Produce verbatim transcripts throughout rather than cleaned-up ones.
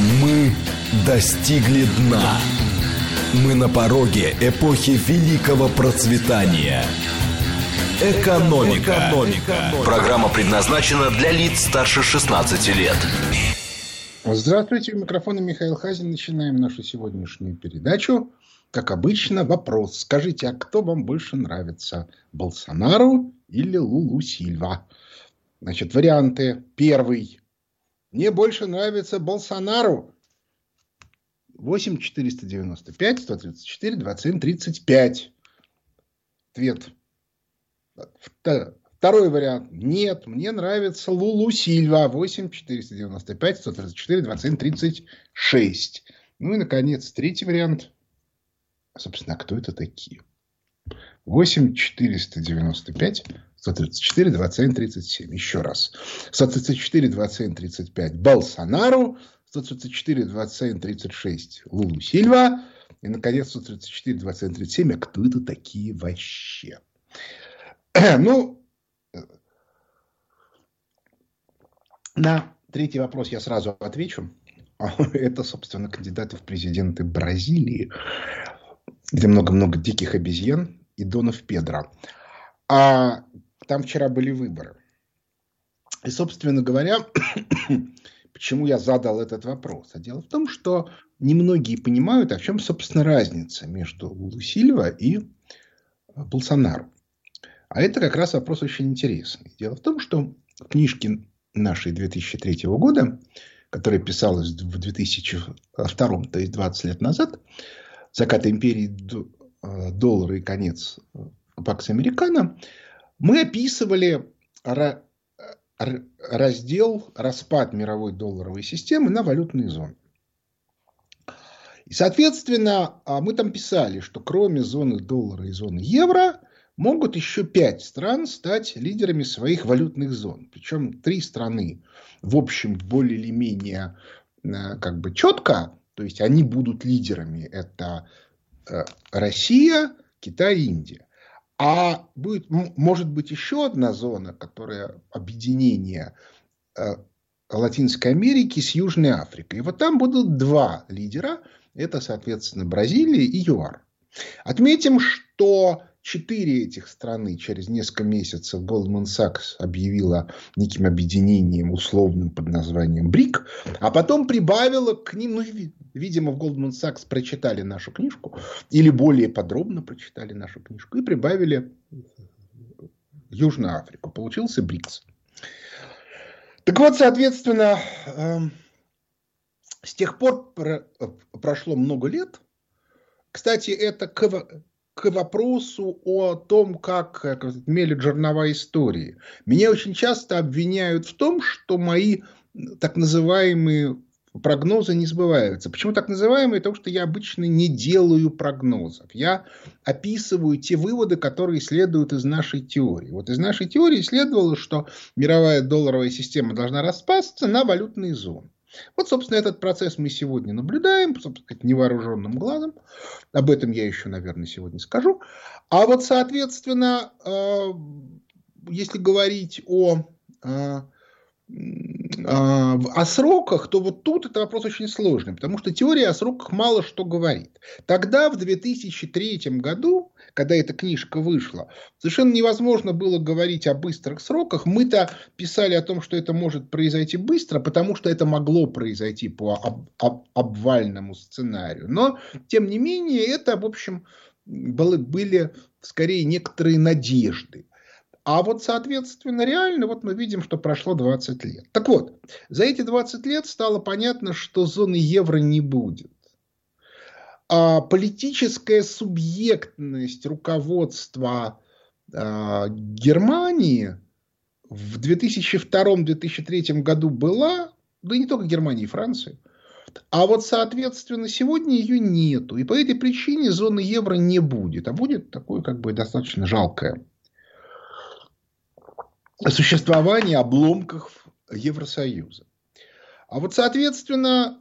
Мы достигли дна. Мы на пороге эпохи великого процветания. Экономика. Экономика. Программа предназначена для лиц старше шестнадцати лет. Здравствуйте, у микрофона Михаил Хазин. Начинаем нашу сегодняшнюю передачу. Как обычно, вопрос. Скажите, а кто вам больше нравится? Болсонару или Лулу Сильва? Значит, варианты. Первый. Мне больше нравится Болсонару. восемь четыреста девяносто пять сто тридцать четыре двадцать один тридцать пять. Ответ. Второй вариант. Нет, мне нравится Лулу Сильва. восемь четыреста девяносто пять сто тридцать четыре двадцать один тридцать шесть. Ну и, наконец, третий вариант. Собственно, кто это такие? восемь четыреста девяносто пять сто тридцать четыре двадцать один тридцать семь. Еще раз. сто тридцать четыре двадцать один тридцать пять Болсонару. сто тридцать четыре двадцать один тридцать шесть Лулу Сильва. И, наконец, сто тридцать четыре двадцать один тридцать семь. А кто это такие вообще? Ну, на третий вопрос я сразу отвечу. Это, собственно, кандидаты в президенты Бразилии, где много-много диких обезьян и Донов Педро. А там вчера были выборы. И, собственно говоря, почему я задал этот вопрос? А дело в том, что немногие понимают, а в чем, собственно, разница между Лулу Сильва и Болсонару. А это как раз вопрос очень интересный. Дело в том, что в книжке нашей две тысячи третьего года, которая писалась в две тысячи втором, то есть двадцать лет назад, «Закат империи, доллара и конец Пакс Американо», мы описывали раздел «Распад мировой долларовой системы на валютные зоны». И, соответственно, мы там писали, что кроме зоны доллара и зоны евро могут еще пять стран стать лидерами своих валютных зон. Причем три страны, в общем, более или менее как бы четко, то есть они будут лидерами. Это Россия, Китай и Индия. А будет, может быть еще одна зона, которая объединение Латинской Америки с Южной Африкой. И вот там будут два лидера. Это, соответственно, Бразилия и ЮАР. Отметим, что четыре этих страны через несколько месяцев Goldman Sachs объявила неким объединением условным под названием БРИК, а потом прибавила к ним, ну, видимо, в Goldman Sachs прочитали нашу книжку, или более подробно прочитали нашу книжку, и прибавили Южную Африку. Получился БРИКС. Так вот, соответственно, с тех пор прошло много лет. Кстати, это к вопросу о том, как, как мелет жернова истории. Меня очень часто обвиняют в том, что мои так называемые прогнозы не сбываются. Почему так называемые? Потому что я обычно не делаю прогнозов. Я описываю те выводы, которые следуют из нашей теории. Вот из нашей теории следовало, что мировая долларовая система должна распасться на валютные зоны. Вот, собственно, этот процесс мы сегодня наблюдаем, собственно, невооруженным глазом. Об этом я еще, наверное, сегодня скажу. А вот, соответственно, если говорить о, о сроках, то вот тут это вопрос очень сложный, потому что теория о сроках мало что говорит. Тогда, в две тысячи третьем году, когда эта книжка вышла, совершенно невозможно было говорить о быстрых сроках. Мы-то писали о том, что это может произойти быстро, потому что это могло произойти по об, об, обвальному сценарию. Но, тем не менее, это, в общем, были, были скорее некоторые надежды. А вот, соответственно, реально вот мы видим, что прошло двадцать лет. Так вот, за эти двадцать лет стало понятно, что зоны евро не будет. А политическая субъектность руководства а, Германии в две тысячи втором — две тысячи третьем году была, да и не только Германии, и Франции. А вот, соответственно, сегодня ее нету. И по этой причине зоны евро не будет. А будет такое как бы достаточно жалкое существование обломков Евросоюза. А вот, соответственно,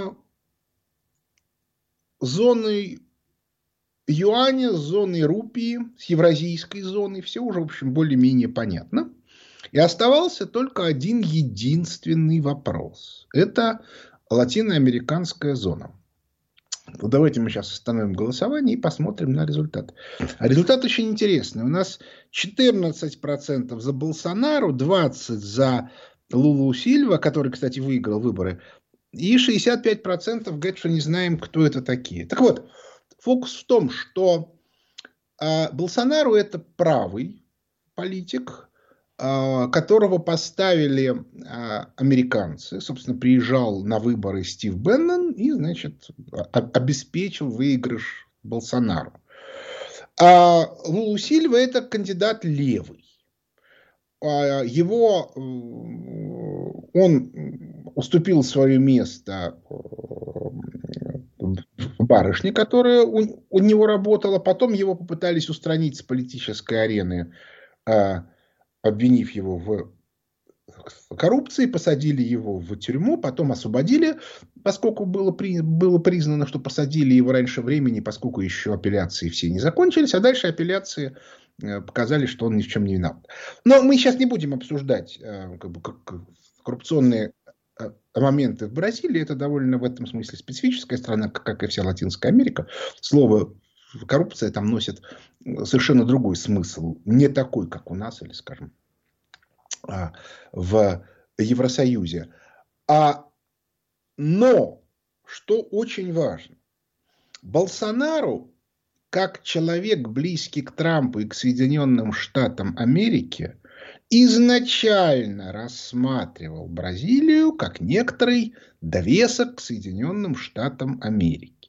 зоны юаня, с зоной рупии, с евразийской зоной, все уже, в общем, более-менее понятно. И оставался только один единственный вопрос. Это латиноамериканская зона. Ну, давайте мы сейчас остановим голосование и посмотрим на результат. А результат очень интересный. У нас четырнадцать процентов за Болсонару, двадцать процентов за Лулу Сильва, который, кстати, выиграл выборы, и шестьдесят пять процентов говорят, что не знаем, кто это такие. Так вот, фокус в том, что э, Болсонару это правый политик, э, которого поставили э, американцы. Собственно, приезжал на выборы Стив Беннон и, значит, обеспечил выигрыш Болсонару. А Лулу Сильва это кандидат левый. Его, он уступил свое место барышне, которая у, у него работала. Потом его попытались устранить с политической арены, обвинив его в коррупции, посадили его в тюрьму, потом освободили, поскольку было, при, было признано, что посадили его раньше времени, поскольку еще апелляции все не закончились, а дальше апелляции показали, что он ни в чем не виноват. Но мы сейчас не будем обсуждать как бы, коррупционные моменты в Бразилии. Это довольно в этом смысле специфическая страна, как и вся Латинская Америка. Слово коррупция там носит совершенно другой смысл. Не такой, как у нас, или, скажем, в Евросоюзе. А, но, что очень важно, Болсонару, как человек, близкий к Трампу и к Соединенным Штатам Америки, изначально рассматривал Бразилию как некоторый довесок к Соединенным Штатам Америки.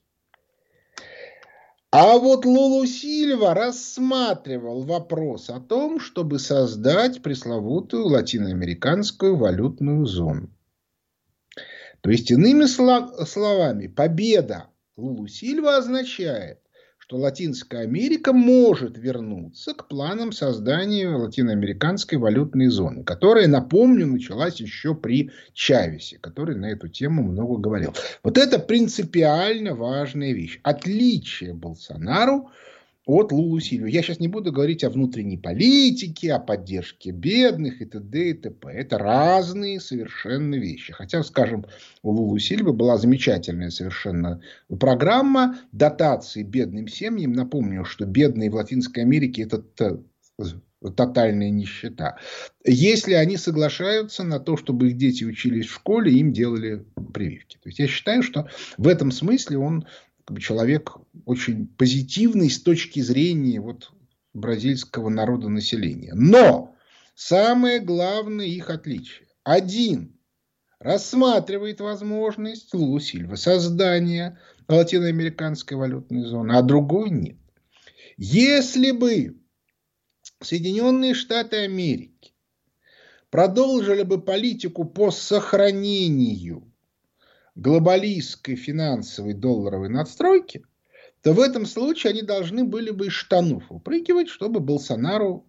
А вот Лулу Сильва рассматривал вопрос о том, чтобы создать пресловутую латиноамериканскую валютную зону. То есть, иными словами, победа Лулу Сильва означает, что Латинская Америка может вернуться к планам создания латиноамериканской валютной зоны, которая, напомню, началась еще при Чавесе, который на эту тему много говорил. Вот это принципиально важная вещь. Отличие Болсонару от Лулу Сильвы. Я сейчас не буду говорить о внутренней политике, о поддержке бедных и т.д. и т.п. Это разные совершенно вещи. Хотя, скажем, у Лулу Сильвы была замечательная совершенно программа дотации бедным семьям. Напомню, что бедные в Латинской Америке – это тотальная нищета. Если они соглашаются на то, чтобы их дети учились в школе, им делали прививки. То есть, я считаю, что в этом смысле он человек очень позитивный с точки зрения вот бразильского народонаселения. Но самое главное их отличие. Один рассматривает возможность Лулу Сильва создания латиноамериканской валютной зоны, а другой нет. Если бы Соединенные Штаты Америки продолжили бы политику по сохранению глобалистской финансовой долларовой надстройки, то в этом случае они должны были бы из штанов упрыгивать, чтобы Болсонару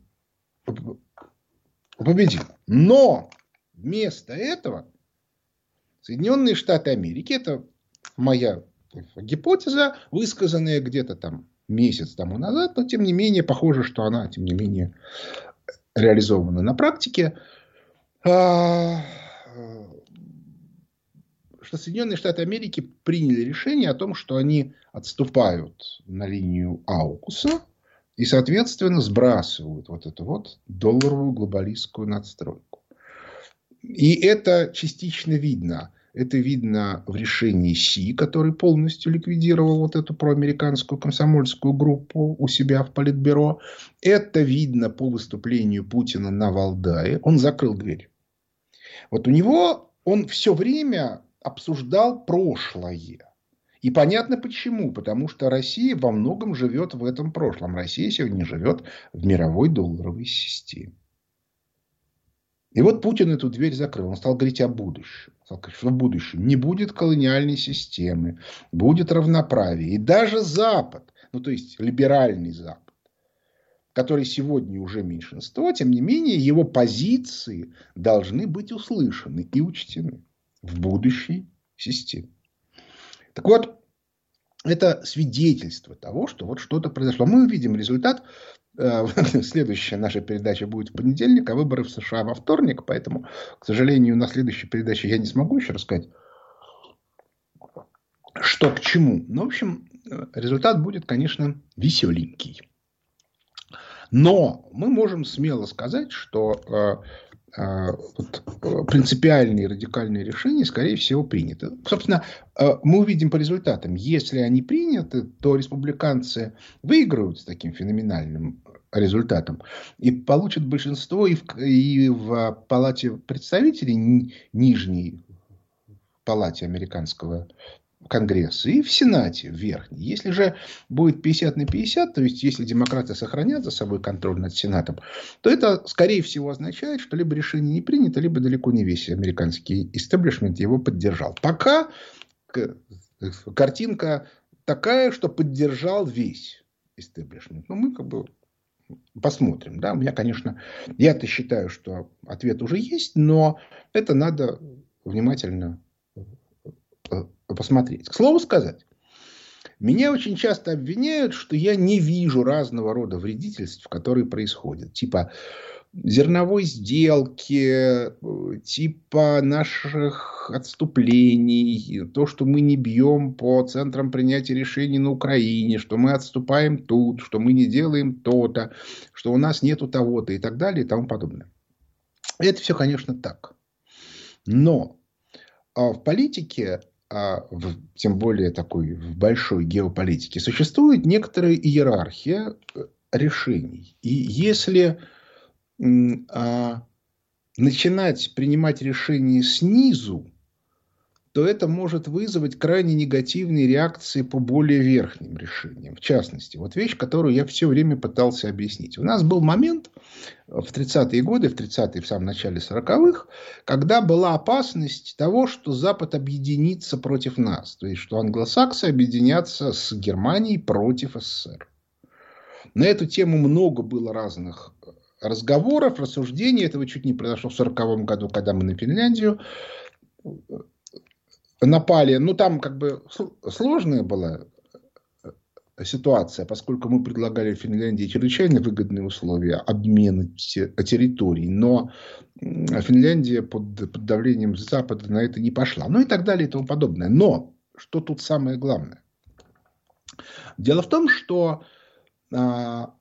победил. Но вместо этого Соединенные Штаты Америки, это моя гипотеза, высказанная где-то там месяц тому назад, но тем не менее похоже, что она тем не менее реализована на практике, что Соединенные Штаты Америки приняли решение о том, что они отступают на линию Аукуса и, соответственно, сбрасывают вот эту вот долларовую глобалистскую надстройку. И это частично видно. Это видно в решении Си, который полностью ликвидировал вот эту проамериканскую комсомольскую группу у себя в Политбюро. Это видно по выступлению Путина на Валдае. Он закрыл дверь. Вот у него он все время обсуждал прошлое. И понятно почему. Потому что Россия во многом живет в этом прошлом. Россия сегодня живет в мировой долларовой системе. И вот Путин эту дверь закрыл. Он стал говорить о будущем. Стал говорить, что в будущем не будет колониальной системы. Будет равноправие. И даже Запад, ну то есть либеральный Запад, который сегодня уже меньшинство, тем не менее его позиции должны быть услышаны и учтены в будущей системе. Так вот, это свидетельство того, что вот что-то произошло. Мы увидим результат. Следующая наша передача будет в понедельник, а выборы в США во вторник. Поэтому, к сожалению, на следующей передаче я не смогу еще рассказать что к чему. Ну, в общем, результат будет, конечно, веселенький. Но мы можем смело сказать, что э, э, вот, э, принципиальные радикальные решения, скорее всего, приняты. Собственно, э, мы увидим по результатам. Если они приняты, то республиканцы выиграют с таким феноменальным результатом и получат большинство и в, и в Палате представителей, ни, нижней палате американского Конгресса, и в Сенате, в Верхней. Если же будет пятьдесят на пятьдесят, то есть если демократы сохранят за собой контроль над Сенатом, то это, скорее всего, означает, что либо решение не принято, либо далеко не весь американский истеблишмент его поддержал. Пока картинка такая, что поддержал весь истеблишмент. Но мы как бы посмотрим. Да? У меня, конечно, я-то считаю, что ответ уже есть, но это надо внимательно посмотреть. К слову сказать, меня очень часто обвиняют, что я не вижу разного рода вредительств, которые происходят. Типа зерновой сделки, типа наших отступлений, то, что мы не бьем по центрам принятия решений на Украине, что мы отступаем тут, что мы не делаем то-то, что у нас нету того-то и так далее и тому подобное. Это все, конечно, так. Но в политике, в, тем более такой в большой геополитике, существует некоторая иерархия решений. И если а, начинать принимать решения снизу, то это может вызвать крайне негативные реакции по более верхним решениям. В частности, вот вещь, которую я все время пытался объяснить. У нас был момент в тридцатые годы, в тридцатые, в самом начале сороковых, когда была опасность того, что Запад объединится против нас. То есть, что англосаксы объединятся с Германией против СССР. На эту тему много было разных разговоров, рассуждений. Этого чуть не произошло в сороковом году, когда мы на Финляндию напали. Ну, там как бы сложная была ситуация, поскольку мы предлагали Финляндии чрезвычайно выгодные условия обмена территорий, но Финляндия под, под давлением Запада на это не пошла. Ну и так далее и тому подобное. Но что тут самое главное? Дело в том, что а,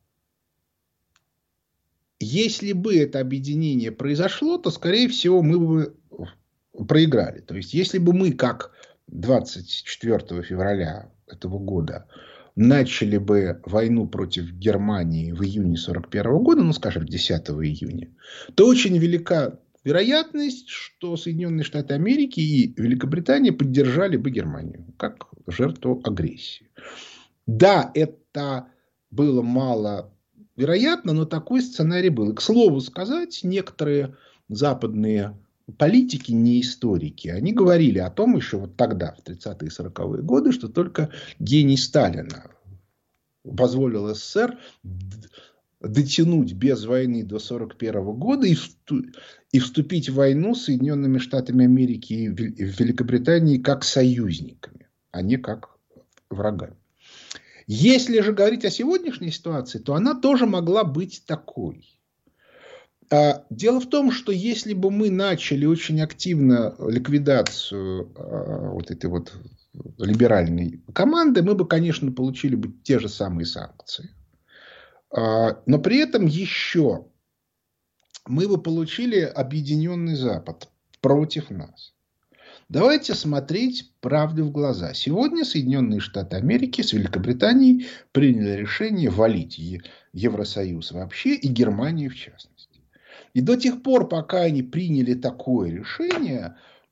если бы это объединение произошло, то, скорее всего, мы бы проиграли. То есть, если бы мы, как двадцать четвёртого февраля этого года, начали бы войну против Германии в июне сорок первого года, ну, скажем, десятого июня, то очень велика вероятность, что Соединенные Штаты Америки и Великобритания поддержали бы Германию как жертву агрессии. Да, это было мало вероятно, но такой сценарий был. И, к слову сказать, некоторые западные политики, не историки, они говорили о том еще вот тогда, в тридцатые и сороковые годы, что только гений Сталина позволил СССР дотянуть без войны до сорок первого года и вступить в войну с Соединенными Штатами Америки и Великобританией как союзниками, а не как врагами. Если же говорить о сегодняшней ситуации, то она тоже могла быть такой. Дело в том, что если бы мы начали очень активно ликвидацию вот этой вот либеральной команды, мы бы, конечно, получили бы те же самые санкции. Но при этом еще мы бы получили объединенный Запад против нас. Давайте смотреть правде в глаза. Сегодня Соединенные Штаты Америки с Великобританией приняли решение валить Евросоюз вообще и Германию в частности. И до тех пор, пока они приняли такое решение,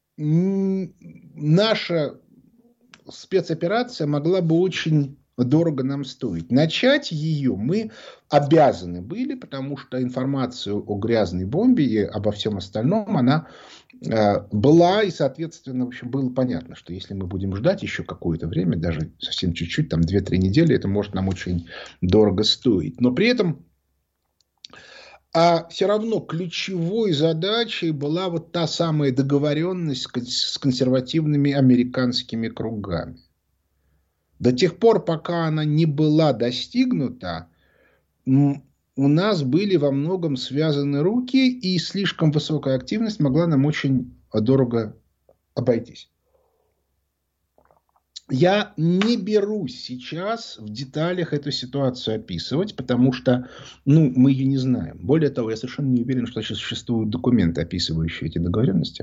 наша спецоперация могла бы очень дорого нам стоить. Начать ее мы обязаны были, потому что информацию о грязной бомбе и обо всем остальном она э, была, и, соответственно, в общем, было понятно, что если мы будем ждать еще какое-то время, даже совсем чуть-чуть, там две-три недели, это может нам очень дорого стоить. Но при этом а все равно ключевой задачей была вот та самая договоренность с консервативными американскими кругами. До тех пор, пока она не была достигнута, у нас были во многом связаны руки, и слишком высокая активность могла нам очень дорого обойтись. Я не берусь сейчас в деталях эту ситуацию описывать, потому что ну, мы ее не знаем. Более того, я совершенно не уверен, что сейчас существуют документы, описывающие эти договоренности.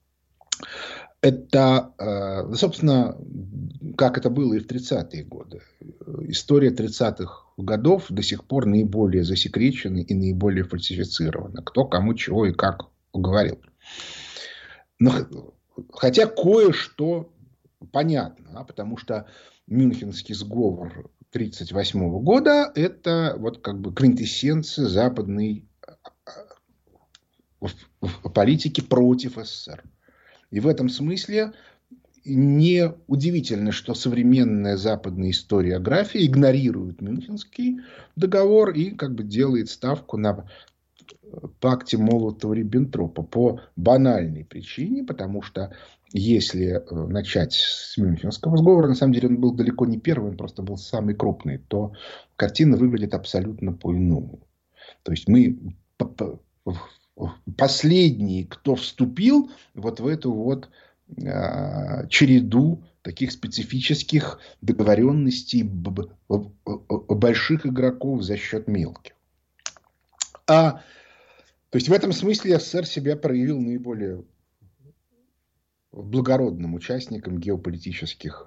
Это, собственно, как это было и в тридцатые годы. История тридцатых годов до сих пор наиболее засекречена и наиболее фальсифицирована. Кто кому чего и как говорил. Но, хотя кое-что понятно, да, потому что Мюнхенский сговор тысяча девятьсот тридцать восьмого года – это вот как бы квинтэссенция западной политики против СССР. И в этом смысле не удивительно, что современная западная историография игнорирует Мюнхенский договор и как бы делает ставку на пакте Молотова-Риббентропа по банальной причине, потому что если начать с Мюнхенского сговора, на самом деле он был далеко не первый, он просто был самый крупный, то картина выглядит абсолютно по-иному. То есть мы последние, кто вступил вот в эту вот э, череду таких специфических договоренностей больших игроков за счет мелких. А, то есть в этом смысле СССР себя проявил наиболее благородным участником геополитических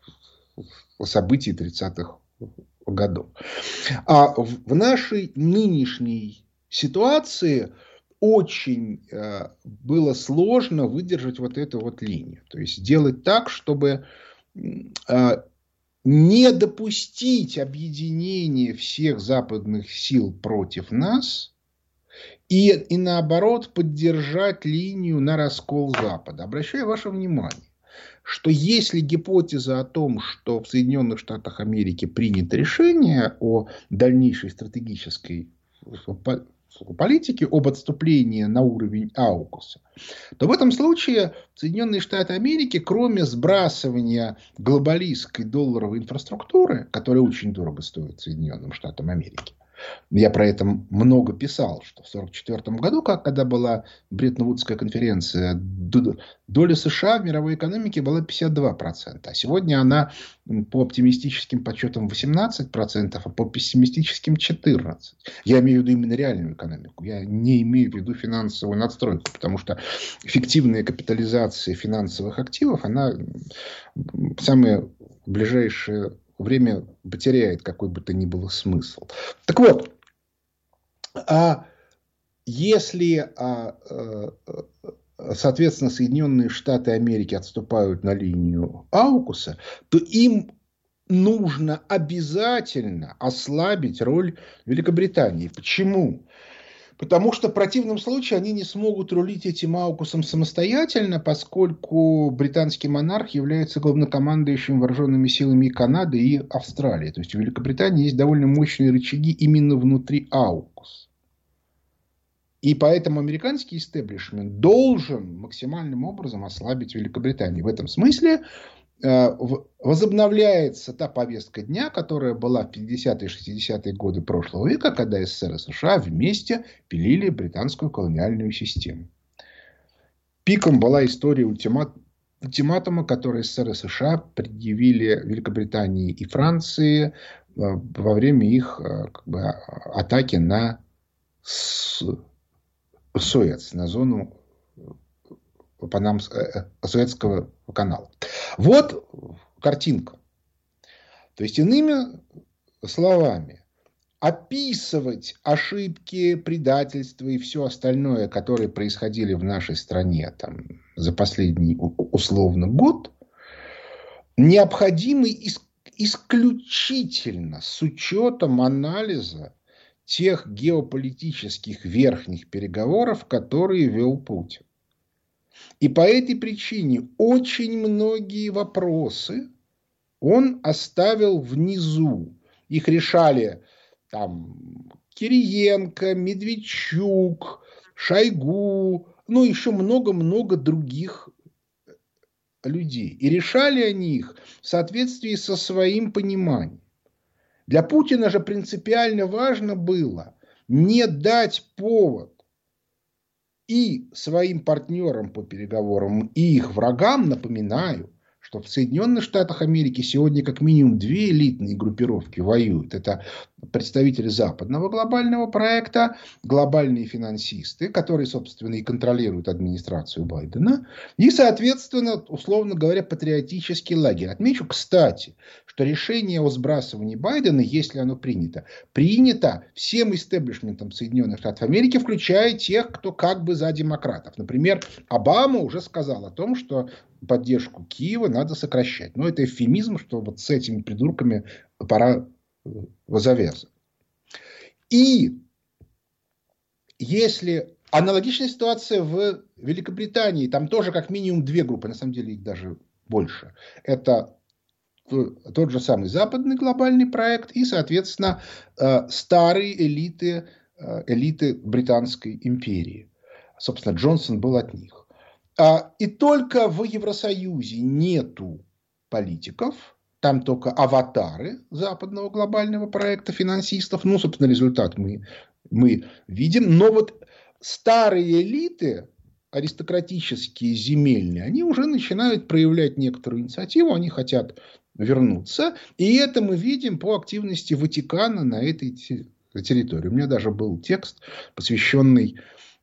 событий тридцатых годов. А в нашей нынешней ситуации очень э, было сложно выдержать вот эту вот линию. То есть сделать так, чтобы э, не допустить объединения всех западных сил против нас и, и наоборот поддержать линию на раскол Запада. Обращаю ваше внимание, что если гипотеза о том, что в Соединенных Штатах Америки принято решение о дальнейшей стратегической политики, об отступлении на уровень аукуса, то в этом случае Соединенные Штаты Америки, кроме сбрасывания глобалистской долларовой инфраструктуры, которая очень дорого стоит Соединенным Штатам Америки, я про это много писал, что в сорок четвёртом году, когда была Бреттон-Вудская конференция, доля США в мировой экономике была пятьдесят два процента. А сегодня она по оптимистическим подсчетам восемнадцать процентов, а по пессимистическим четырнадцать процентов. Я имею в виду именно реальную экономику. Я не имею в виду финансовую надстройку, потому что эффективная капитализация финансовых активов, она самая ближайшая время потеряет какой бы то ни было смысл. Так вот, а если, соответственно, Соединенные Штаты Америки отступают на линию аукуса, то им нужно обязательно ослабить роль Великобритании. Почему? Потому что в противном случае они не смогут рулить этим аукусом самостоятельно, поскольку британский монарх является главнокомандующим вооруженными силами и Канады, и Австралии. То есть у Великобритании есть довольно мощные рычаги именно внутри аукуса. И поэтому американский истеблишмент должен максимальным образом ослабить Великобританию. В этом смысле возобновляется та повестка дня, которая была в пятидесятые и шестидесятые годы прошлого века, когда СССР и США вместе пилили британскую колониальную систему. Пиком была история ультимат... ультиматума, который СССР и США предъявили Великобритании и Франции во время их как бы, атаки на Суэц, на зону Панам... Суэцкого канала. Вот картинка. То есть, иными словами, описывать ошибки, предательства и все остальное, которые происходили в нашей стране там, за последний условно год, необходимо исключительно с учетом анализа тех геополитических верхних переговоров, которые вел Путин. И по этой причине очень многие вопросы он оставил внизу. Их решали там Кириенко, Медведчук, Шойгу, ну еще много-много других людей. И решали они их в соответствии со своим пониманием. Для Путина же принципиально важно было не дать повод и своим партнерам по переговорам, и их врагам, напоминаю, что в Соединенных Штатах Америки сегодня как минимум две элитные группировки воюют. Это представители западного глобального проекта, глобальные финансисты, которые, собственно, и контролируют администрацию Байдена, и, соответственно, условно говоря, патриотический лагерь. Отмечу, кстати, что решение о сбрасывании Байдена, если оно принято, принято всем истеблишментом Соединенных Штатов Америки, включая тех, кто как бы за демократов. Например, Обама уже сказал о том, что поддержку Киева надо сокращать. Но это эвфемизм, что вот с этими придурками пора завязывать. И если аналогичная ситуация в Великобритании, там тоже как минимум две группы, на самом деле их даже больше. Это тот же самый западный глобальный проект и, соответственно, старые элиты, элиты Британской империи. Собственно, Джонсон был от них. И только в Евросоюзе нету политиков, там только аватары западного глобального проекта финансистов. Ну, собственно, результат мы, мы видим. Но вот старые элиты, аристократические, земельные, они уже начинают проявлять некоторую инициативу, они хотят вернуться. И это мы видим по активности Ватикана на этой территории. У меня даже был текст, посвященный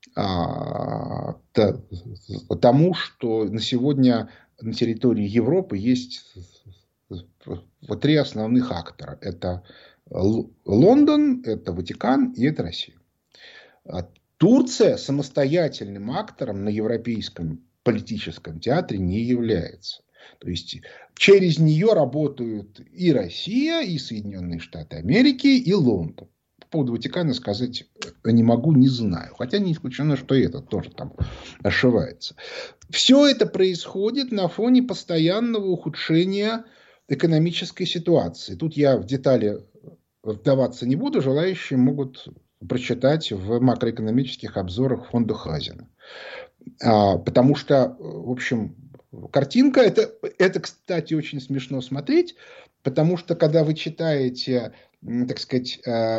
тому, что на сегодня на территории Европы есть три основных актора. Это Лондон, это Ватикан и это Россия. Турция самостоятельным актором на европейском политическом театре не является. То есть через нее работают и Россия, и Соединенные Штаты Америки, и Лондон. По поводу Ватикана сказать не могу, не знаю. Хотя не исключено, что и этот тоже там ошивается. Все это происходит на фоне постоянного ухудшения экономической ситуации. Тут я в детали вдаваться не буду. Желающие могут прочитать в макроэкономических обзорах фонда Хазина. Потому что, в общем, картинка, это, это, кстати, очень смешно смотреть. Потому что, когда вы читаете, так сказать,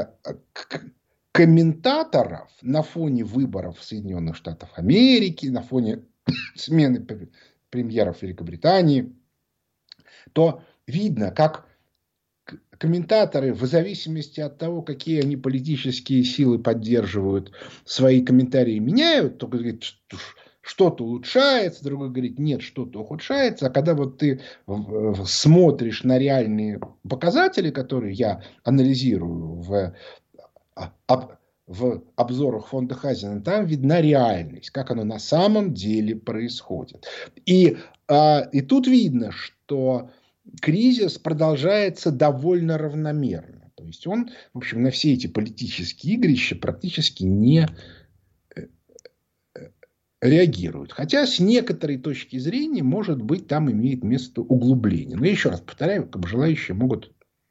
комментаторов на фоне выборов в Соединенных Штатах Америки, на фоне смены премьеров Великобритании, то видно, как комментаторы, в зависимости от того, какие они политические силы поддерживают, свои комментарии меняют. Только говорит, что что-то улучшается, другой говорит, нет, что-то ухудшается. А когда вот ты смотришь на реальные показатели, которые я анализирую в, в обзорах фонда Хазина, там видна реальность, как оно на самом деле происходит. И, и тут видно, что кризис продолжается довольно равномерно. То есть он, в общем, на все эти политические игрища практически не реагирует. Хотя с некоторой точки зрения, может быть, там имеет место углубление. Но еще раз повторяю, как бы желающие могут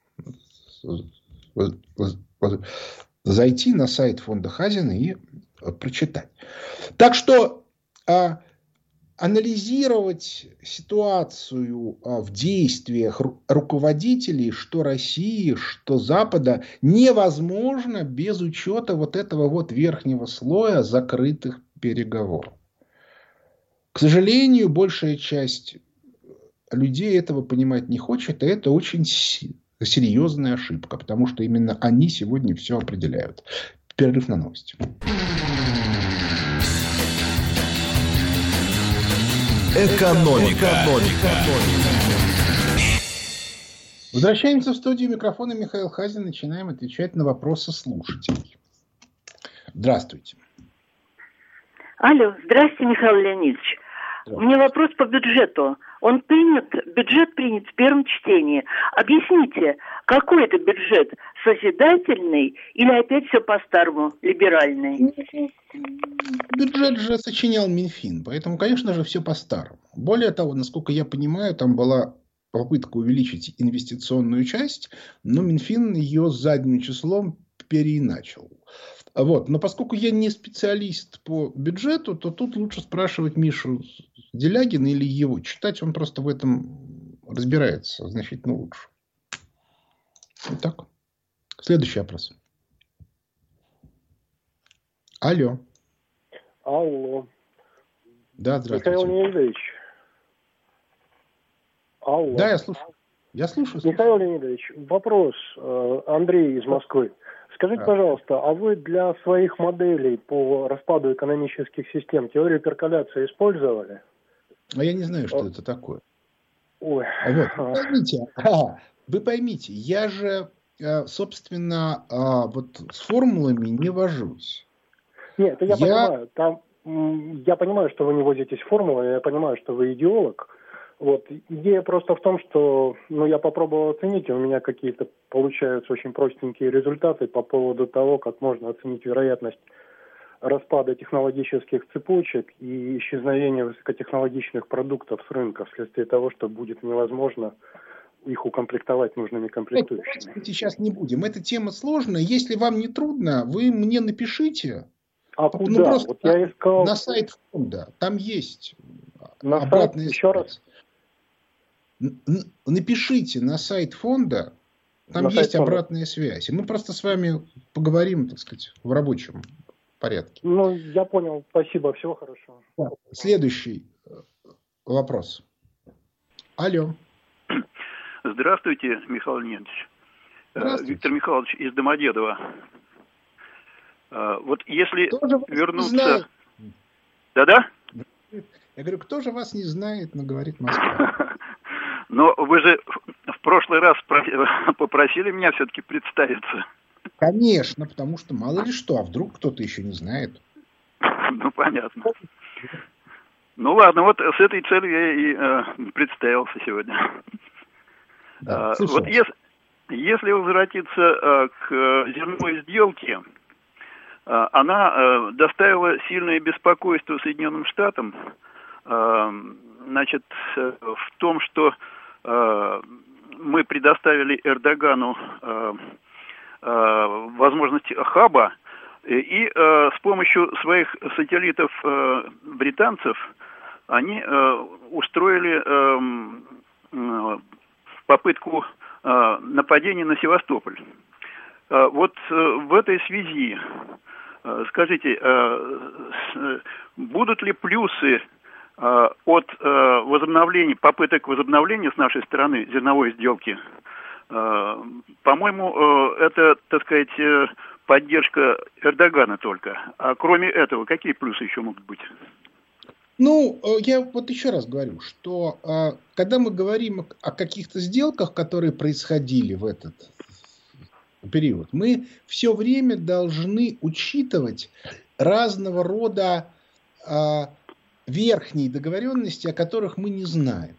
зайти на сайт фонда Хазина и прочитать. Так что а, анализировать ситуацию в действиях руководителей, что России, что Запада, невозможно без учета вот этого вот верхнего слоя закрытых переговоров. К сожалению, большая часть людей этого понимать не хочет, и это очень серьезная ошибка, потому что именно они сегодня все определяют. Перерыв на новости. Экономика. Экономика. Возвращаемся в студию. Микрофона Михаил Хазин. Начинаем отвечать на вопросы слушателей. Здравствуйте. Алло, здравствуйте, Михаил Леонидович. У меня вопрос по бюджету. Он принят, бюджет принят в первом чтении. Объясните, какой это бюджет? Созидательный или опять все по-старому, либеральный? Бюджет же сочинял Минфин, поэтому, конечно же, все по-старому. Более того, насколько я понимаю, там была попытка увеличить инвестиционную часть, но Минфин ее задним числом переиначил. Вот. Но поскольку я не специалист по бюджету, то тут лучше спрашивать Мишу Делягина или его читать. Он просто в этом разбирается значительно лучше. Итак, следующий вопрос. Алло. Алло. Да, здравствуйте. Михаил Леонидович, Алло. Да, я слушаю. Я слушаю. слушаю. Михаил Леонидович, вопрос. Андрей из Москвы. Скажите, да. пожалуйста, а вы для своих моделей по распаду экономических систем теорию перколяции использовали? А я не знаю, что а... это такое. Ой. Вот, вы поймите, а, вы поймите, я же, собственно, вот с формулами не вожусь. Нет, это я, я... понимаю. Там, я понимаю, что вы не возитесь формулами, я понимаю, что вы идеолог. Вот. Идея просто в том, что ну, я попробовал оценить, и у меня какие-то получаются очень простенькие результаты по поводу того, как можно оценить вероятность распада технологических цепочек и исчезновения высокотехнологичных продуктов с рынка вследствие того, что будет невозможно их укомплектовать нужными комплектующими. Сейчас не будем. Эта тема сложная. Если вам не трудно, вы мне напишите. А ну, куда? Просто вот я искал... На сайт фонда. Там есть на обратная сайт? Еще раз. Напишите на сайт фонда, там на есть фонда. Обратная связь. И мы просто с вами поговорим, так сказать, в рабочем порядке. Ну, я понял. Спасибо. Всего хорошего. Да. Следующий вопрос. Алло. Здравствуйте, Михаил Леонидович. Здравствуйте. Виктор Михайлович из Домодедово. Вот если вернуться... Да-да? Я говорю, кто же вас не знает, но говорит Москва. Но вы же в прошлый раз попросили меня все-таки представиться. Конечно, потому что мало ли что, а вдруг кто-то еще не знает. Ну, понятно. Ну, ладно, вот с этой целью я и э, представился сегодня. Да, а, вот если, если возвратиться э, к зерновой сделке, э, она э, доставила сильное беспокойство Соединенным Штатам, э, значит, э, в том, что э, мы предоставили Эрдогану э, э, возможность хаба, и э, с помощью своих сателлитов э, британцев они э, устроили э, э, попытку э, нападения на Севастополь. Э, вот э, в этой связи, э, скажите, э, э, будут ли плюсы э, от э, возобновления, попыток возобновления с нашей стороны зерновой сделки? Э, по-моему, э, это, так сказать, э, поддержка Эрдогана только. А кроме этого, какие плюсы еще могут быть? Ну, я вот еще раз говорю, что когда мы говорим о каких-то сделках, которые происходили в этот период, мы все время должны учитывать разного рода верхние договоренности, о которых мы не знаем.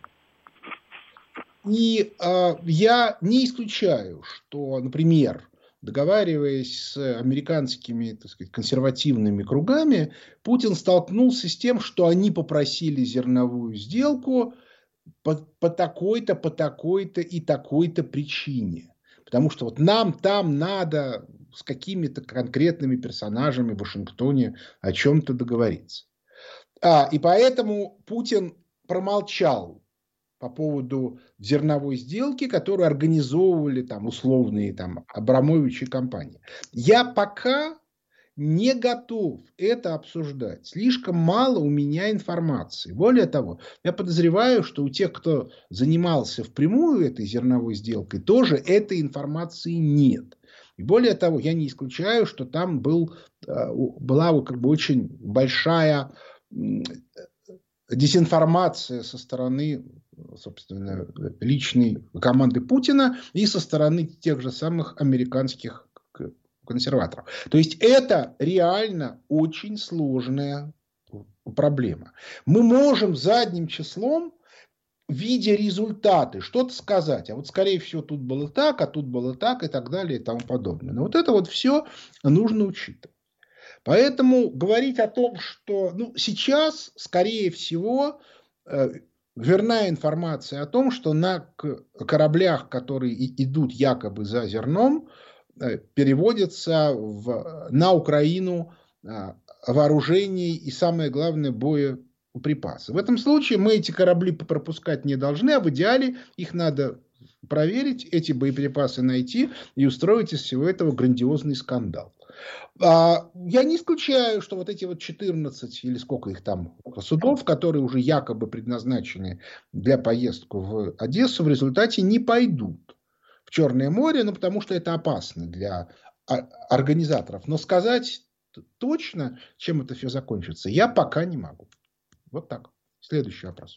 И я не исключаю, что, например, договариваясь с американскими, так сказать, консервативными кругами, Путин столкнулся с тем, что они попросили зерновую сделку по, по такой-то, по такой-то и такой-то причине. Потому что вот нам там надо с какими-то конкретными персонажами в Вашингтоне о чем-то договориться. А, и поэтому Путин промолчал по поводу зерновой сделки, которую организовывали там условные там Абрамовичи и компании. Я пока не готов это обсуждать. Слишком мало у меня информации. Более того, я подозреваю, что у тех, кто занимался впрямую этой зерновой сделкой, тоже этой информации нет. И более того, я не исключаю, что там был, была как бы очень большая дезинформация со стороны, собственно, личной команды Путина и со стороны тех же самых американских консерваторов. То есть это реально очень сложная проблема. Мы можем задним числом, видя результаты, что-то сказать. А вот скорее всего тут было так, а тут было так и так далее и тому подобное. Но вот это вот все нужно учитывать. Поэтому говорить о том, что ну, сейчас, скорее всего, э, верна информация о том, что на кораблях, которые идут якобы за зерном, э, переводятся в, на Украину э, вооружение и, самое главное, боеприпасы. В этом случае мы эти корабли пропускать не должны, а в идеале их надо проверить, эти боеприпасы найти и устроить из всего этого грандиозный скандал. Я не исключаю, что вот эти вот четырнадцать или сколько их там судов, которые уже якобы предназначены для поездки в Одессу, в результате не пойдут в Черное море, ну потому что это опасно для организаторов. Но сказать точно, чем это все закончится, я пока не могу. Вот так. Следующий вопрос.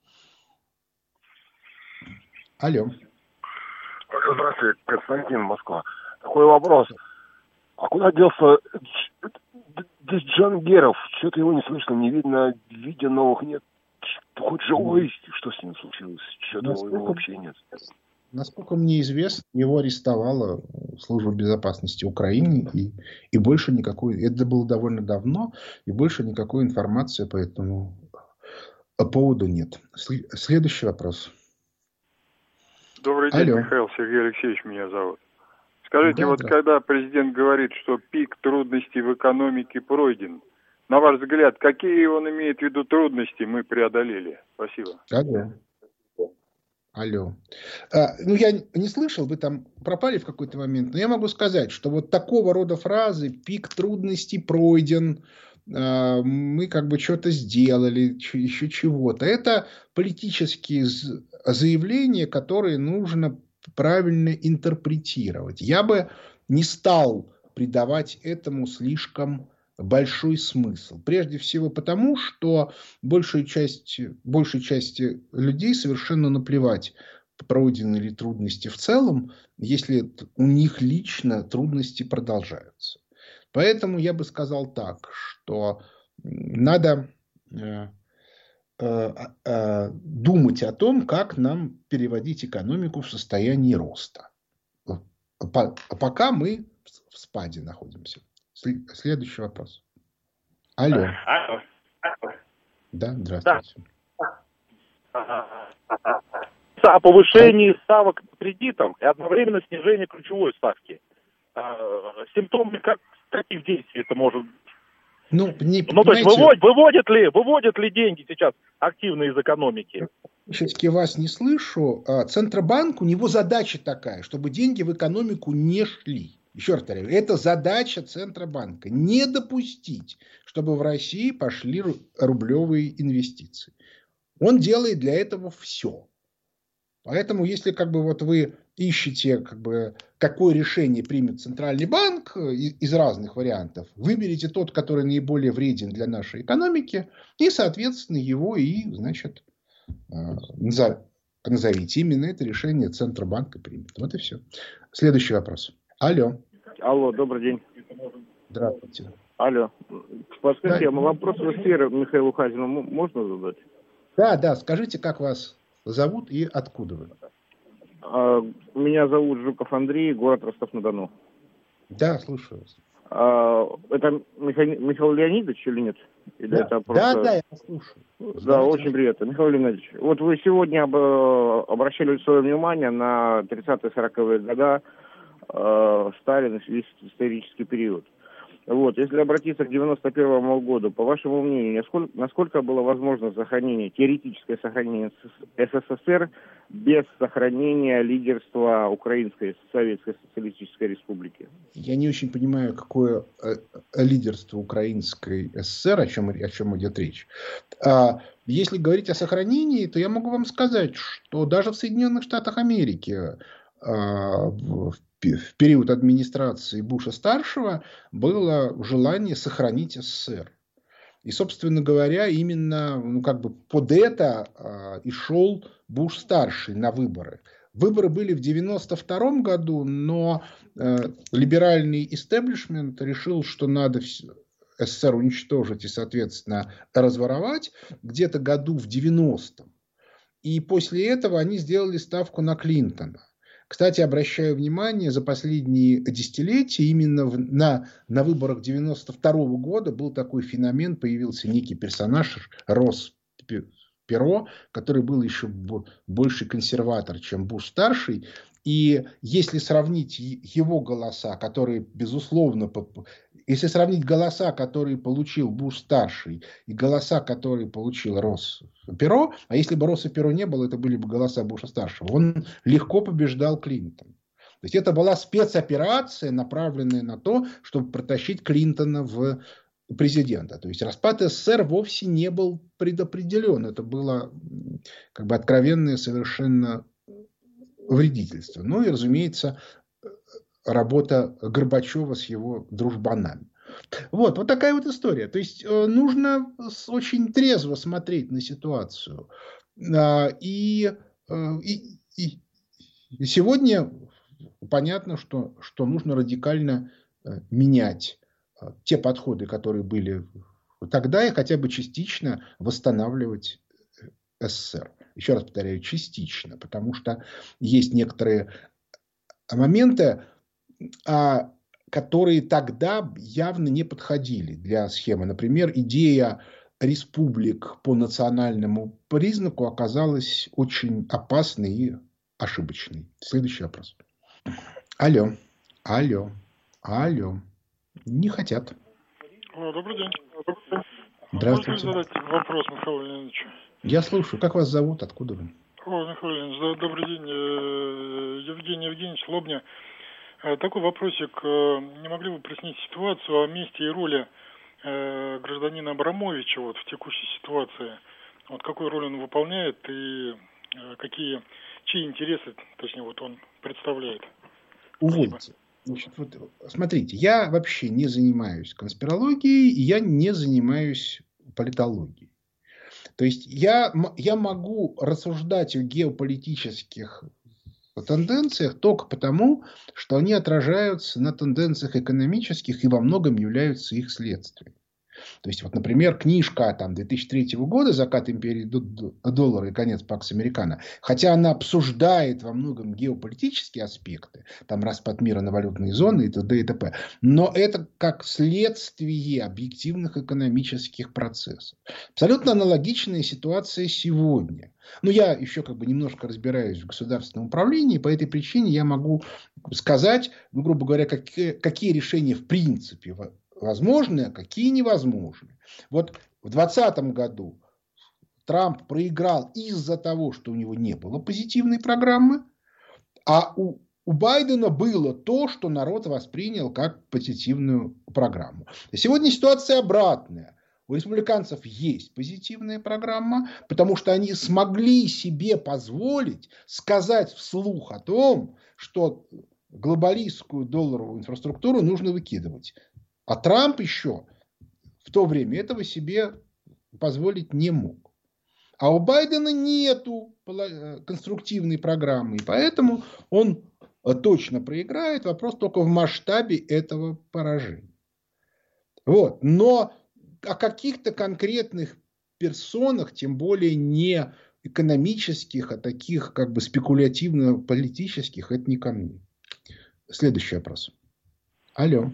Алло. Здравствуйте, Константин, Москва. Такой вопрос. А куда делся Джангеров? Что-то его не слышно, не видно, видео новых нет. Хоть живой, что с ним случилось? Что-то его вообще нет. Насколько мне известно, его арестовала Служба безопасности Украины, и, и больше никакой, это было довольно давно, и больше никакой информации по этому поводу нет. Следующий вопрос. Добрый день, Алло. Михаил Сергей Алексеевич меня зовут. Скажите, Да, вот да. когда президент говорит, что пик трудностей в экономике пройден, на ваш взгляд, какие он имеет в виду трудности мы преодолели? Спасибо. Алло. Алло. А, ну, я не слышал, вы там пропали в какой-то момент, но я могу сказать, что вот такого рода фразы «пик трудностей пройден», а, мы как бы что-то сделали, еще чего-то. Это политические заявления, которые нужно правильно интерпретировать. Я бы не стал придавать этому слишком большой смысл. Прежде всего потому, что большей части, большей части людей совершенно наплевать, пройдены ли трудности в целом, если у них лично трудности продолжаются. Поэтому я бы сказал так, что надо э, э, э, думать о том, как нам переводить экономику в состояние роста. По, пока мы в спаде находимся. Следующий вопрос. Алло. Алло. Да, здравствуйте. О повышении ставок по кредитам и одновременно снижении ключевой ставки. Симптомы как, каких действий это может быть? Ну, не, ну то есть выводят, выводят, ли, выводят ли деньги сейчас активно из экономики? Все-таки вас не слышу. Центробанк, у него задача такая, чтобы деньги в экономику не шли. Еще раз повторяю, это задача Центробанка. Не допустить, чтобы в России пошли рублевые инвестиции. Он делает для этого все. Поэтому, если как бы вот вы ищете, как бы, какое решение примет Центральный банк из разных вариантов, выберите тот, который наиболее вреден для нашей экономики, и, соответственно, его и, значит, назовите. Именно это решение Центробанка примет. Вот и все. Следующий вопрос. Алло. Алло, добрый день. Здравствуйте. Алло. Подскажите, Да. а вопрос в эфир Михаилу Хазину можно задать? Да, да. Скажите, как вас зовут и откуда вы? А, меня зовут Жуков Андрей, город Ростов-на-Дону. Да, слушаю вас. А, это Миха... Михаил Леонидович или нет? Или Да, это просто... да, да, я слушаю. Да, Давайте. очень приятно. Михаил Леонидович, вот вы сегодня об... обращали свое внимание на тридцатые-сороковые годы, э, Сталин, весь исторический период. Вот, если обратиться к девяносто первому году, по вашему мнению, насколько, насколько было возможно сохранение, теоретическое сохранение СССР без сохранения лидерства Украинской Советской Социалистической Республики? Я не очень понимаю, какое э, лидерство Украинской ССР, о чем, о чем идет речь. А, если говорить о сохранении, то я могу вам сказать, что даже в Соединенных Штатах Америки а, в, в период администрации Буша-старшего было желание сохранить СССР. И, собственно говоря, именно ну, как бы под это а, и шел Буш-старший на выборы. Выборы были в девяносто втором году, но э, либеральный истеблишмент решил, что надо СССР уничтожить и, соответственно, разворовать где-то году в девяностом. И после этого они сделали ставку на Клинтона. Кстати, обращаю внимание, за последние десятилетия именно в, на, на выборах девяносто второго года был такой феномен, появился некий персонаж Росс Перо, который был еще больше консерватор, чем Буш-старший. И если сравнить его голоса, которые, безусловно, если сравнить голоса, которые получил Буш-старший, и голоса, которые получил Росс Перо, а если бы Росса Перо не было, это были бы голоса Буша-старшего, он легко побеждал Клинтон. То есть это была спецоперация, направленная на то, чтобы протащить Клинтона в президента. То есть распад СССР вовсе не был предопределен. Это было как бы откровенное совершенно вредительство. Ну и, разумеется, работа Горбачева с его дружбанами. Вот, вот такая вот история. То есть нужно очень трезво смотреть на ситуацию. И, и, и, и сегодня понятно, что, что нужно радикально менять те подходы, которые были тогда, и хотя бы частично восстанавливать СССР. Еще раз повторяю, частично, потому что есть некоторые моменты, которые тогда явно не подходили для схемы. Например, идея республик по национальному признаку оказалась очень опасной и ошибочной. Следующий вопрос. Алло, алло, алло. Не хотят. О, добрый день. Здравствуйте. Можно задать вопрос Михаилу Леонидовичу? Я слушаю. Как вас зовут? Откуда вы? О, Михаил Леонидович, добрый день. Евгений Евгеньевич, Лобня. Такой вопросик. Не могли бы прояснить ситуацию о месте и роли гражданина Абрамовича вот, в текущей ситуации? Вот какую роль он выполняет и какие, чьи интересы, точнее, вот он представляет? Увольте. Значит, вот, смотрите, я вообще не занимаюсь конспирологией, и я не занимаюсь политологией. То есть я, я могу рассуждать о геополитических тенденциях только потому, что они отражаются на тенденциях экономических и во многом являются их следствием. То есть, вот, например, книжка там, две тысячи третьего года «Закат империи доллара и конец Пакс Американо», хотя она обсуждает во многом геополитические аспекты, там распад мира на валютные зоны и т.д. и т.п., но это как следствие объективных экономических процессов. Абсолютно аналогичная ситуация сегодня. Но я еще как бы немножко разбираюсь в государственном управлении, по этой причине я могу сказать, ну, грубо говоря, какие, какие решения в принципе возможны, а какие невозможны. Вот в двадцатом году Трамп проиграл из-за того, что у него не было позитивной программы, а у, у Байдена было то, что народ воспринял как позитивную программу. Сегодня ситуация обратная. У республиканцев есть позитивная программа, потому что они смогли себе позволить сказать вслух о том, что глобалистскую долларовую инфраструктуру нужно выкидывать. А Трамп еще в то время этого себе позволить не мог. А у Байдена нету конструктивной программы. И поэтому он точно проиграет. Вопрос только в масштабе этого поражения. Вот. Но о каких-то конкретных персонах, тем более не экономических, а таких как бы спекулятивно-политических, это не ко мне. Следующий вопрос. Алло.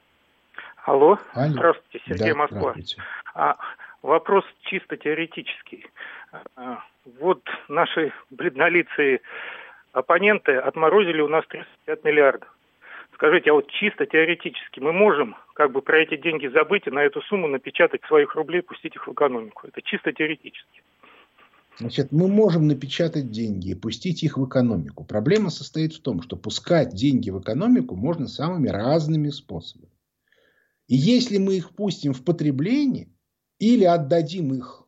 Алло. Алло. Здравствуйте, Сергей, да, Москва. Здравствуйте. А, вопрос чисто теоретический. А, вот наши бледнолицые оппоненты отморозили у нас триста пятьдесят миллиардов. Скажите, а вот чисто теоретически мы можем как бы про эти деньги забыть и на эту сумму напечатать своих рублей, пустить их в экономику? Это чисто теоретически. Значит, мы можем напечатать деньги и пустить их в экономику. Проблема состоит в том, что пускать деньги в экономику можно самыми разными способами. И если мы их пустим в потребление или отдадим их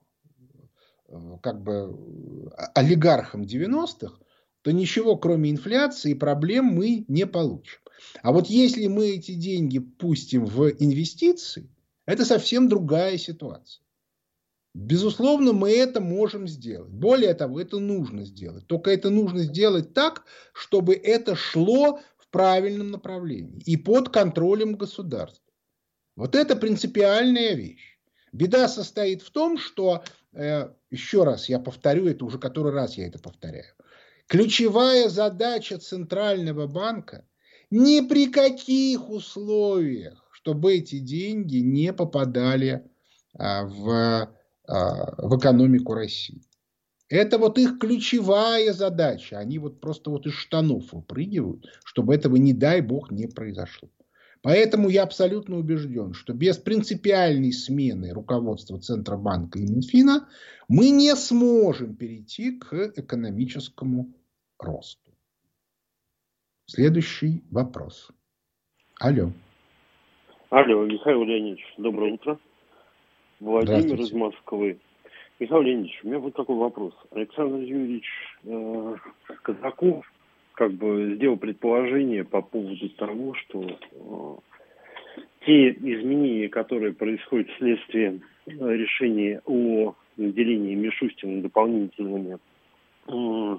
как бы олигархам девяностых, то ничего кроме инфляции и проблем мы не получим. А вот если мы эти деньги пустим в инвестиции, это совсем другая ситуация. Безусловно, мы это можем сделать. Более того, это нужно сделать. Только это нужно сделать так, чтобы это шло в правильном направлении и под контролем государства. Вот это принципиальная вещь. Беда состоит в том, что, э, еще раз я повторю, это уже который раз я это повторяю, ключевая задача Центрального банка ни при каких условиях, чтобы эти деньги не попадали а, в, а, в экономику России. Это вот их ключевая задача. Они вот просто вот из штанов выпрыгивают, чтобы этого, не дай бог, не произошло. Поэтому я абсолютно убежден, что без принципиальной смены руководства Центробанка и Минфина мы не сможем перейти к экономическому росту. Следующий вопрос. Алло. Алло, Михаил Леонидович, доброе утро. Владимир из Москвы. Михаил Леонидович, у меня вот такой вопрос. Александр Юрьевич э, Казаков как бы сделал предположение по поводу того, что э, те изменения, которые происходят вследствие решения о наделении Мишустина дополнительными, э,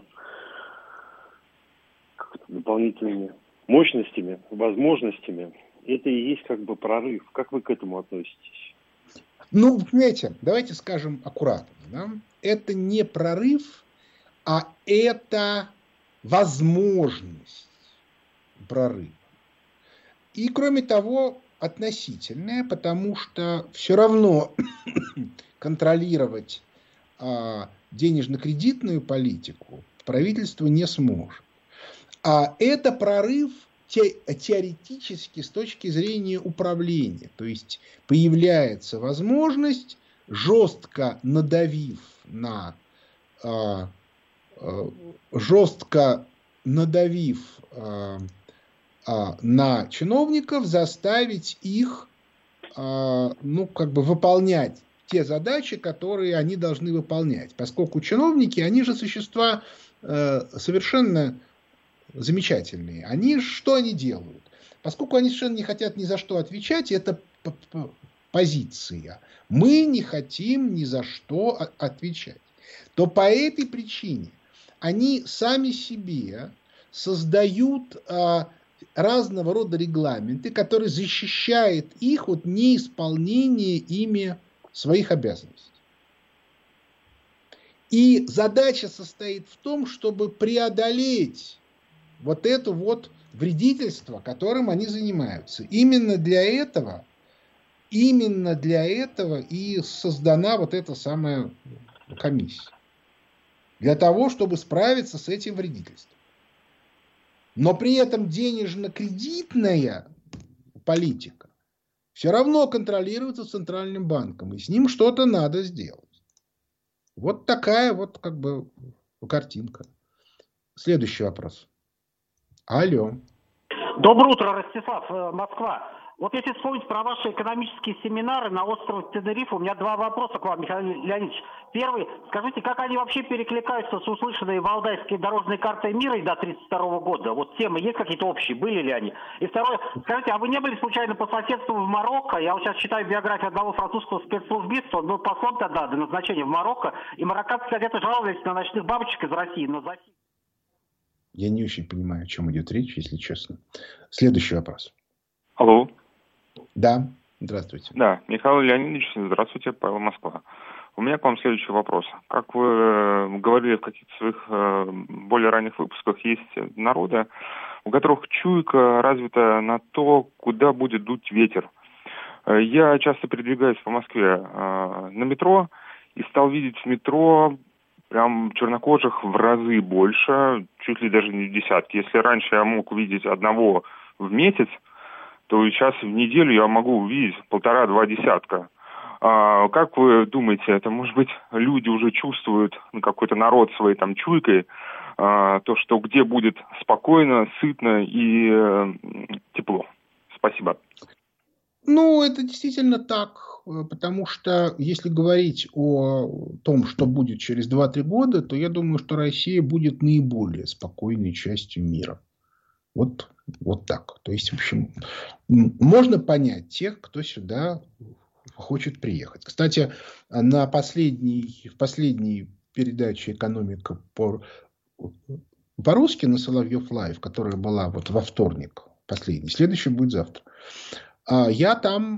дополнительными мощностями, возможностями, это и есть как бы прорыв. Как вы к этому относитесь? Ну, понимаете, давайте скажем аккуратно. Да? Это не прорыв, а это возможность прорыва. И, кроме того, относительная, потому что все равно контролировать а, денежно-кредитную политику правительство не сможет. А это прорыв те, теоретически с точки зрения управления. То есть появляется возможность, жестко надавив на а, а, жестко надавив а, а, на чиновников, заставить их а, ну, как бы выполнять те задачи, которые они должны выполнять. Поскольку чиновники, они же существа э, совершенно замечательные. Они что они делают? Поскольку они совершенно не хотят ни за что отвечать, это позиция. Мы не хотим ни за что отвечать. То по этой причине они сами себе создают а, разного рода регламенты, которые защищают их от неисполнения ими своих обязанностей. И задача состоит в том, чтобы преодолеть вот это вот вредительство, которым они занимаются. Именно для этого, именно для этого и создана вот эта самая комиссия. Для того, чтобы справиться с этим вредительством. Но при этом денежно-кредитная политика все равно контролируется Центральным банком. И с ним что-то надо сделать. Вот такая вот как бы картинка. Следующий вопрос. Алло. Доброе утро, Ростислав, Москва. Вот если вспомнить про ваши экономические семинары на острове Тенерифе, у меня два вопроса к вам, Михаил Леонидович. Первый, скажите, как они вообще перекликаются с услышанной Валдайской дорожной картой мира и до тридцать второго года? Вот темы есть какие-то общие, были ли они? И второе, скажите, а вы не были случайно по соседству в Марокко? Я вот сейчас читаю биографию одного французского спецслужбиста, он был послом тогда до назначения в Марокко, и марокканцы где-то жаловались на ночных бабочек из России, но за... Я не очень понимаю, о чем идет речь, если честно. Следующий вопрос. Алло. Да, здравствуйте. Да, Михаил Леонидович, здравствуйте, Павел, Москва. У меня к вам следующий вопрос. Как вы говорили в каких-то своих более ранних выпусках, есть народы, у которых чуйка развита на то, куда будет дуть ветер. Я часто передвигаюсь по Москве на метро и стал видеть в метро прям чернокожих в разы больше, чуть ли даже не в десятки. Если раньше я мог увидеть одного в месяц, то сейчас в неделю я могу увидеть полтора-два десятка. А, как вы думаете, это, может быть, люди уже чувствуют, ну, какой-то народ своей там чуйкой, а, то, что где будет спокойно, сытно и э, тепло? Спасибо. Ну, это действительно так, потому что если говорить о том, что будет через два-три года, то я думаю, что Россия будет наиболее спокойной частью мира. Вот, вот так. То есть, в общем, можно понять тех, кто сюда хочет приехать. Кстати, на последней, в последней передаче «Экономика» по, по-русски на Соловьев Лайв, которая была вот во вторник, последний, следующий будет завтра, я там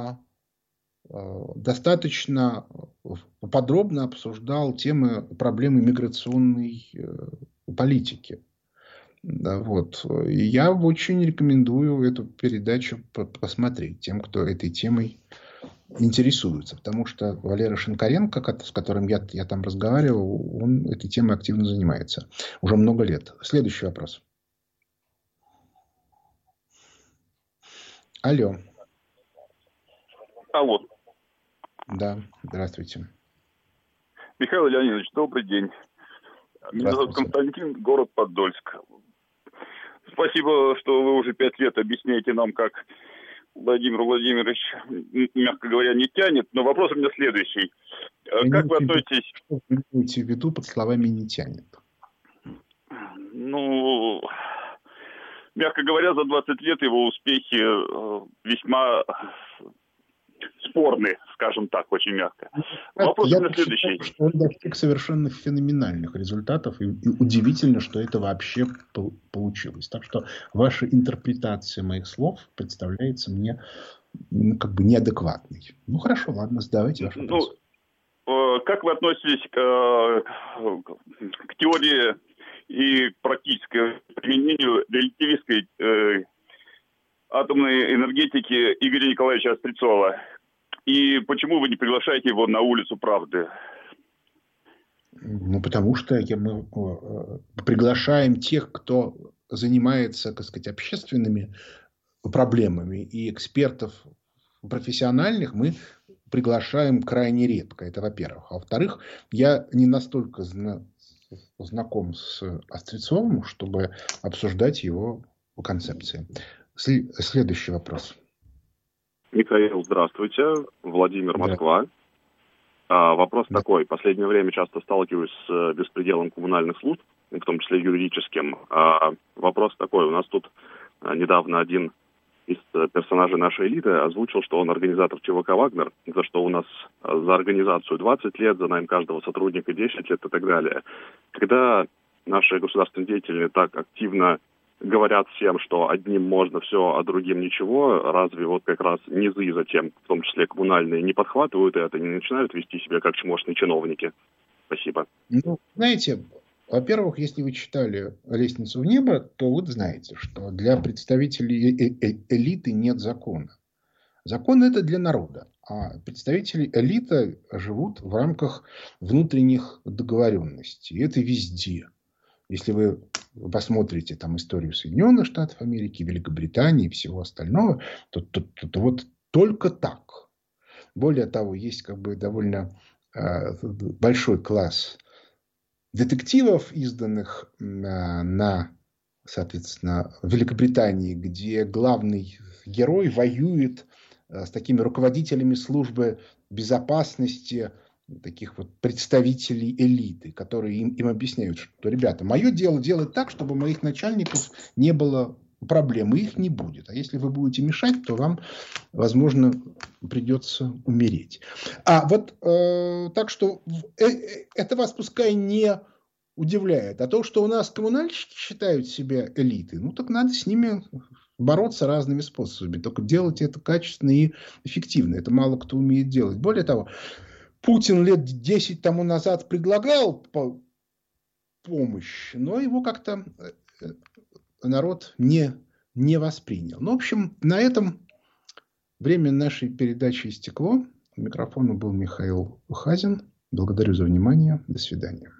достаточно подробно обсуждал темы проблемы миграционной политики. Вот. И я очень рекомендую эту передачу посмотреть тем, кто этой темой интересуется. Потому что Валера Шинкаренко, с которым я, я там разговаривал, он этой темой активно занимается. Уже много лет. Следующий вопрос. Алло. Алло. Да, здравствуйте. Михаил Леонидович, добрый день. Меня зовут Константин, город Подольск. Спасибо, что вы уже пять лет объясняете нам, как Владимир Владимирович, мягко говоря, не тянет. Но вопрос у меня следующий. Я как вы относитесь... Что вы имеете в виду под словами «не тянет»? Ну, мягко говоря, за двадцать лет его успехи весьма спорны, скажем так, очень мягко. Вопрос Я у меня следующий. считаю, что он достиг совершенно феноменальных результатов, и, и удивительно, что это вообще по- получилось. Так что ваша интерпретация моих слов представляется мне ну, как бы неадекватной. Ну хорошо, ладно, задавайте ваш вопрос. Ну, э, как вы относитесь к, э, к теории и к практическому применению релятивистской э, атомной энергетики Игоря Николаевича Острецова? И почему вы не приглашаете его на улицу правды? Ну, потому что мы приглашаем тех, кто занимается, так сказать, общественными проблемами, и экспертов профессиональных мы приглашаем крайне редко. Это во-первых. А во-вторых, я не настолько зна- знаком с Острецовым, чтобы обсуждать его концепции. След- следующий вопрос. Михаил, здравствуйте. Владимир, Москва. А, вопрос Да. такой. В последнее время часто сталкиваюсь с беспределом коммунальных служб, в том числе юридическим. А, вопрос такой. У нас тут а, недавно один из персонажей нашей элиты озвучил, что он организатор ЧВК «Вагнер», за что у нас а, за организацию двадцать лет, за найм каждого сотрудника десять лет и так далее. Когда наши государственные деятели так активно говорят всем, что одним можно все, а другим ничего, разве вот как раз низы затем, в том числе коммунальные, не подхватывают это, не начинают вести себя как чмошные чиновники? Спасибо. Ну, знаете, во-первых, если вы читали «Лестницу в небо», то вы знаете, что для представителей э- э- элиты нет закона. Закон – это для народа. А представители элиты живут в рамках внутренних договоренностей. И это везде. Если вы посмотрите там историю Соединенных Штатов Америки, Великобритании и всего остального, то, то, то, то вот только так. Более того, есть как бы довольно э, большой класс детективов, изданных э, на, соответственно, Великобритании, где главный герой воюет э, с такими руководителями службы безопасности, таких вот представителей элиты, которые им, им объясняют, что, ребята, мое дело делать так, чтобы у моих начальников не было проблем, и их не будет. А если вы будете мешать, то вам, возможно, придется умереть. А вот э, так что э, э, это вас пускай не удивляет. А то, что у нас коммунальщики считают себя элитой, ну так надо с ними бороться разными способами. Только делать это качественно и эффективно. Это мало кто умеет делать. Более того, Путин лет десять тому назад предлагал помощь, но его как-то народ не, не воспринял. Ну, в общем, на этом время нашей передачи истекло. У микрофона был Михаил Хазин. Благодарю за внимание. До свидания.